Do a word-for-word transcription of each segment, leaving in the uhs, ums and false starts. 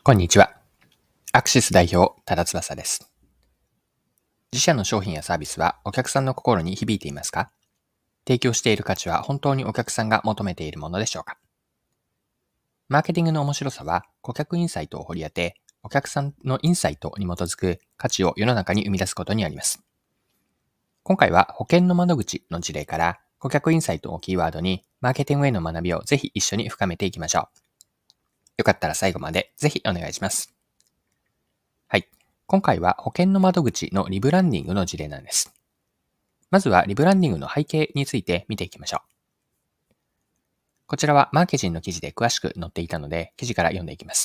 こんにちは。アクシス代表、多田翼です。自社の商品やサービスはお客さんの心に響いていますか？提供している価値は本当にお客さんが求めているものでしょうか？マーケティングの面白さは顧客インサイトを掘り当て、お客さんのインサイトに基づく価値を世の中に生み出すことにあります。今回は保険の窓口の事例から顧客インサイトをキーワードにマーケティングへの学びをぜひ一緒に深めていきましょう。よかったら最後までぜひお願いします。はい。今回は保険の窓口のリブランディングの事例なんです。まずはリブランディングの背景について見ていきましょう。こちらはマーケジンの記事で詳しく載っていたので、記事から読んでいきます。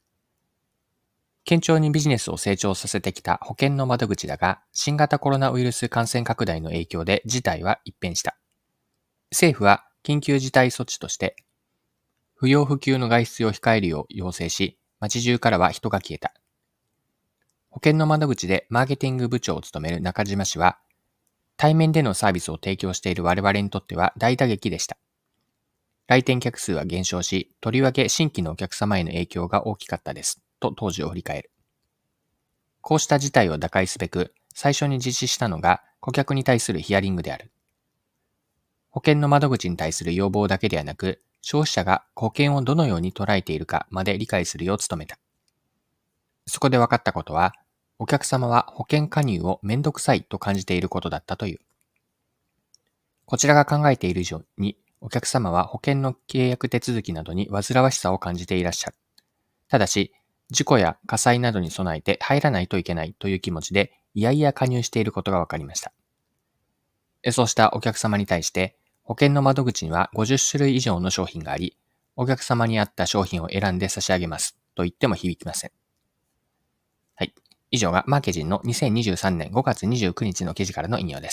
堅調にビジネスを成長させてきた保険の窓口だが、新型コロナウイルス感染拡大の影響で事態は一変した。政府は緊急事態措置として、不要不急の外出を控えるよう要請し、街中からは人が消えた。保険の窓口でマーケティング部長を務める中島氏は、対面でのサービスを提供している我々にとっては大打撃でした。来店客数は減少し、とりわけ新規のお客様への影響が大きかったです。と当時を振り返る。こうした事態を打開すべく、最初に実施したのが顧客に対するヒアリングである。保険の窓口に対する要望だけではなく、消費者が保険をどのように捉えているかまで理解するよう努めた。そこで分かったことは、お客様は保険加入をめんどくさいと感じていることだったという。こちらが考えている以上に、お客様は保険の契約手続きなどに煩わしさを感じていらっしゃる。ただし、事故や火災などに備えて入らないといけないという気持ちで、いやいや加入していることが分かりました。そうしたお客様に対して、保険の窓口にはごじゅっしゅるい以上の商品があり、お客様に合った商品を選んで差し上げますと言っても響きません。はい。以上がマーケジンのにせんにじゅうさんねんごがつにじゅうくにちの記事からの引用です。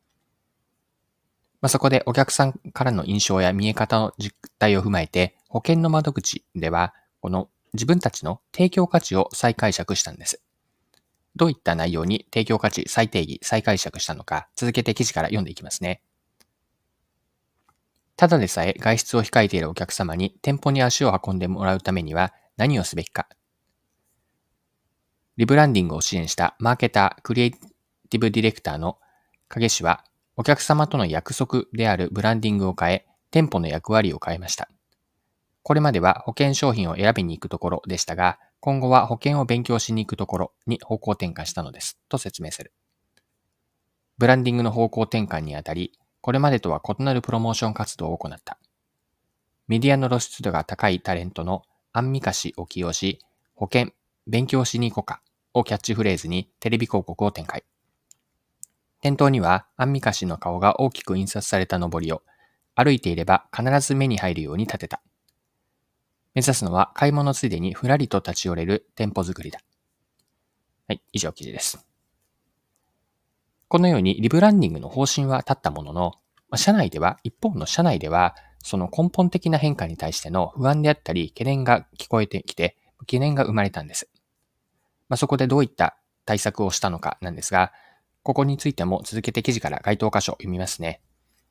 まあ、そこでお客さんからの印象や見え方の実態を踏まえて、保険の窓口では、この自分たちの提供価値を再解釈したんです。どういった内容に提供価値再定義、再解釈したのか、続けて記事から読んでいきますね。ただでさえ外出を控えているお客様に店舗に足を運んでもらうためには何をすべきか。リブランディングを支援したマーケター、クリエイティブディレクターの影氏は、お客様との約束であるブランディングを変え、店舗の役割を変えました。これまでは保険商品を選びに行くところでしたが、今後は保険を勉強しに行くところに方向転換したのです、と説明する。ブランディングの方向転換にあたり、これまでとは異なるプロモーション活動を行った。メディアの露出度が高いタレントのアンミカ氏を起用し、保険、勉強しに行こうかをキャッチフレーズにテレビ広告を展開。店頭にはアンミカ氏の顔が大きく印刷されたのぼりを歩いていれば必ず目に入るように立てた。目指すのは買い物ついでにふらりと立ち寄れる店舗作りだ。はい、以上記事です。このようにリブランディングの方針は立ったものの、社内では、一方の社内では、その根本的な変化に対しての不安であったり、懸念が聞こえてきて、懸念が生まれたんです。まあ、そこでどういった対策をしたのかなんですが、ここについても続けて記事から該当箇所を読みますね。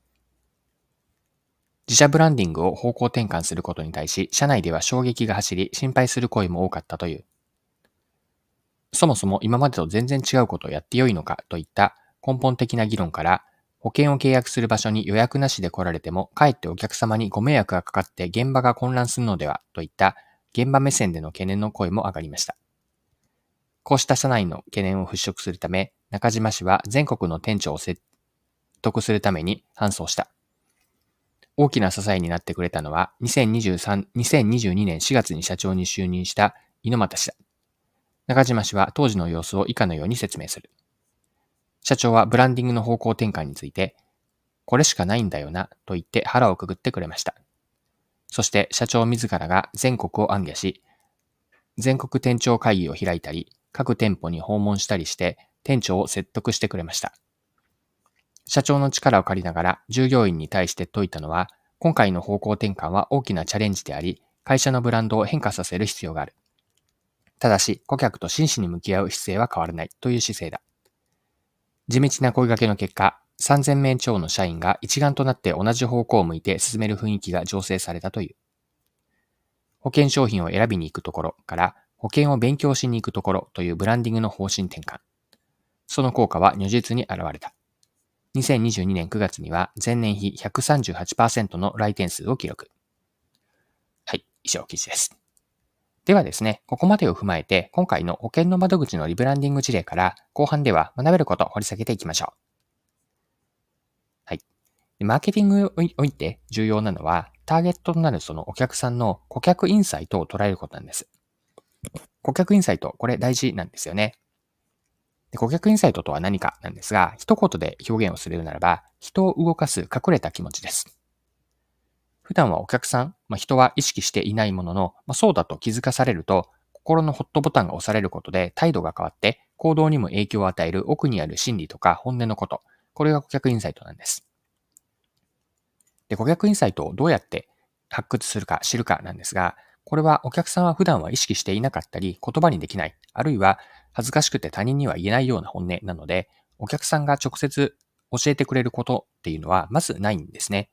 自社ブランディングを方向転換することに対し、社内では衝撃が走り、心配する声も多かったという。そもそも今までと全然違うことをやってよいのかといった根本的な議論から、保険を契約する場所に予約なしで来られても、かえってお客様にご迷惑がかかって現場が混乱するのではといった現場目線での懸念の声も上がりました。こうした社内の懸念を払拭するため、中島氏は全国の店長を説得するために搬送した。大きな支えになってくれたのは、にせんにじゅうさん、にせんにじゅうにねんしがつに社長に就任した猪俣氏だ。中島氏は当時の様子を以下のように説明する。社長はブランディングの方向転換について、これしかないんだよなと言って腹をくぐってくれました。そして社長自らが全国を行脚し、全国店長会議を開いたり、各店舗に訪問したりして店長を説得してくれました。社長の力を借りながら従業員に対して説いたのは、今回の方向転換は大きなチャレンジであり、会社のブランドを変化させる必要がある。ただし、顧客と真摯に向き合う姿勢は変わらないという姿勢だ。地道な声掛けの結果、さんぜんめい超の社員が一丸となって同じ方向を向いて進める雰囲気が醸成されたという。 保険商品を選びに行くところから保険を勉強しに行くところというブランディングの方針転換。その効果は如実に現れた。にせんにじゅうにねんくがつには前年比 ひゃくさんじゅうはちパーセント の来店数を記録。はい、以上記事です。ではですね、ここまでを踏まえて今回の保険の窓口のリブランディング事例から後半では学べることを掘り下げていきましょう。はい。マーケティングにおいて重要なのはターゲットとなるそのお客さんの顧客インサイトを捉えることなんです。顧客インサイト、これ大事なんですよね。で顧客インサイトとは何かなんですが、一言で表現をするならば、人を動かす隠れた気持ちです。普段はお客さん、まあ、人は意識していないものの、まあ、そうだと気づかされると、心のホットボタンが押されることで態度が変わって行動にも影響を与える奥にある心理とか本音のこと。これが顧客インサイトなんです。で、顧客インサイトをどうやって発掘するか知るかなんですが、これはお客さんは普段は意識していなかったり、言葉にできない、あるいは恥ずかしくて他人には言えないような本音なので、お客さんが直接教えてくれることっていうのはまずないんですね。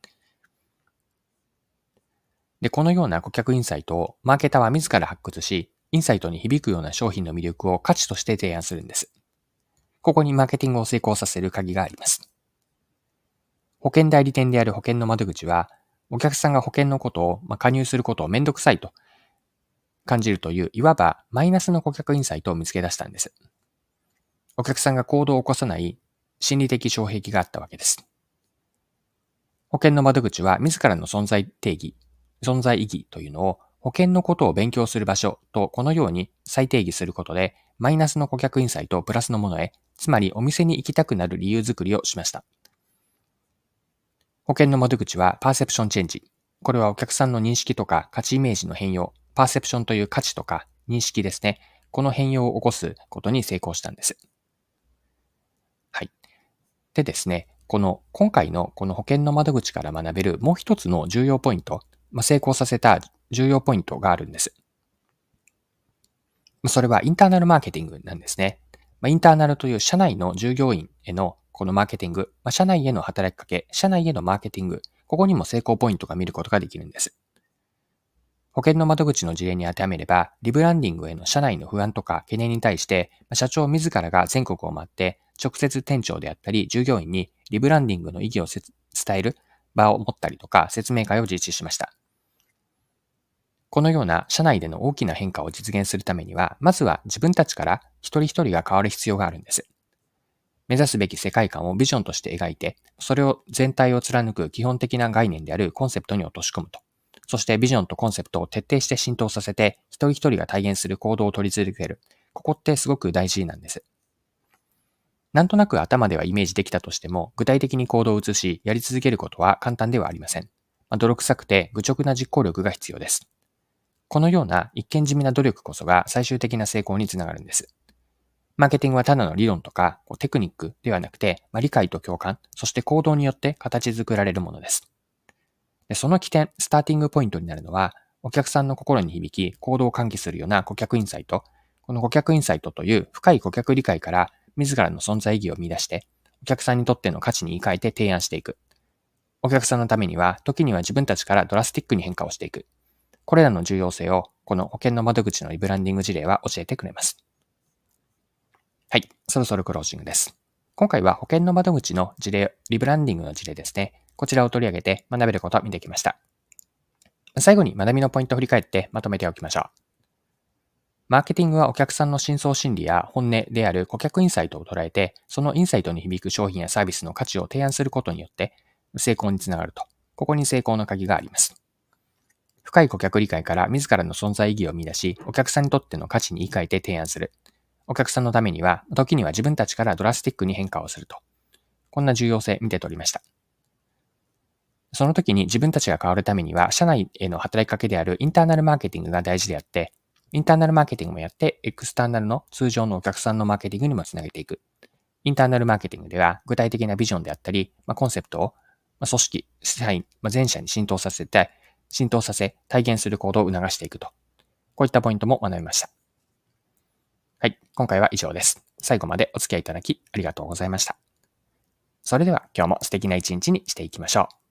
で、このような顧客インサイトをマーケターは自ら発掘し、インサイトに響くような商品の魅力を価値として提案するんです。ここにマーケティングを成功させる鍵があります。保険代理店である保険の窓口は、お客さんが保険のことを、まあ、加入することをめんどくさいと感じるという、いわばマイナスの顧客インサイトを見つけ出したんです。お客さんが行動を起こさない心理的障壁があったわけです。保険の窓口は自らの存在定義、存在意義というのを保険のことを勉強する場所とこのように再定義することで、マイナスの顧客インサイトをプラスのものへ、つまりお店に行きたくなる理由作りをしました。保険の窓口はパーセプションチェンジ。これはお客さんの認識とか価値イメージの変容、パーセプションという価値とか認識ですね。この変容を起こすことに成功したんです。はい。でですね、この今回のこの保険の窓口から学べるもう一つの重要ポイント、まあ、成功させた重要ポイントがあるんです。それはインターナルマーケティングなんですね。まあ、インターナルという社内の従業員へのこのマーケティング、まあ、社内への働きかけ、社内へのマーケティング、ここにも成功ポイントが見ることができるんです。保険の窓口の事例に当てはめれば、リブランディングへの社内の不安とか懸念に対して、社長自らが全国を回って、直接店長であったり従業員にリブランディングの意義を伝える場を持ったりとか説明会を実施しました。このような社内での大きな変化を実現するためには、まずは自分たちから一人一人が変わる必要があるんです。目指すべき世界観をビジョンとして描いて、それを全体を貫く基本的な概念であるコンセプトに落とし込むと。そしてビジョンとコンセプトを徹底して浸透させて、一人一人が体現する行動を取り続ける。ここってすごく大事なんです。なんとなく頭ではイメージできたとしても、具体的に行動を移し、やり続けることは簡単ではありません。まあ、泥臭くて愚直な実行力が必要です。このような一見地味な努力こそが最終的な成功につながるんです。マーケティングはただの理論とかテクニックではなくて、まあ、理解と共感、そして行動によって形作られるものです。でその起点、スターティングポイントになるのは、お客さんの心に響き、行動を喚起するような顧客インサイト。この顧客インサイトという深い顧客理解から自らの存在意義を見出して、お客さんにとっての価値に言い換えて提案していく。お客さんのためには、時には自分たちからドラスティックに変化をしていく。これらの重要性を、この保険の窓口のリブランディング事例は教えてくれます。はい、そろそろクロージングです。今回は保険の窓口の事例、リブランディングの事例ですね。こちらを取り上げて学べることを見てきました。最後に学びのポイントを振り返ってまとめておきましょう。マーケティングはお客さんの深層心理や本音である顧客インサイトを捉えて、そのインサイトに響く商品やサービスの価値を提案することによって成功につながると。ここに成功の鍵があります。深い顧客理解から自らの存在意義を見出し、お客さんにとっての価値に言い換えて提案する。お客さんのためには、時には自分たちからドラスティックに変化をすると。こんな重要性見て取りました。その時に自分たちが変わるためには、社内への働きかけであるインターナルマーケティングが大事であって、インターナルマーケティングもやって、エクスターナルの通常のお客さんのマーケティングにもつなげていく。インターナルマーケティングでは、具体的なビジョンであったり、まあ、コンセプトを、まあ、組織、社員、まあ、全社に浸透させて、浸透させ、体現する行動を促していくと。こういったポイントも学びました。はい、今回は以上です。最後までお付き合いいただきありがとうございました。それでは今日も素敵な一日にしていきましょう。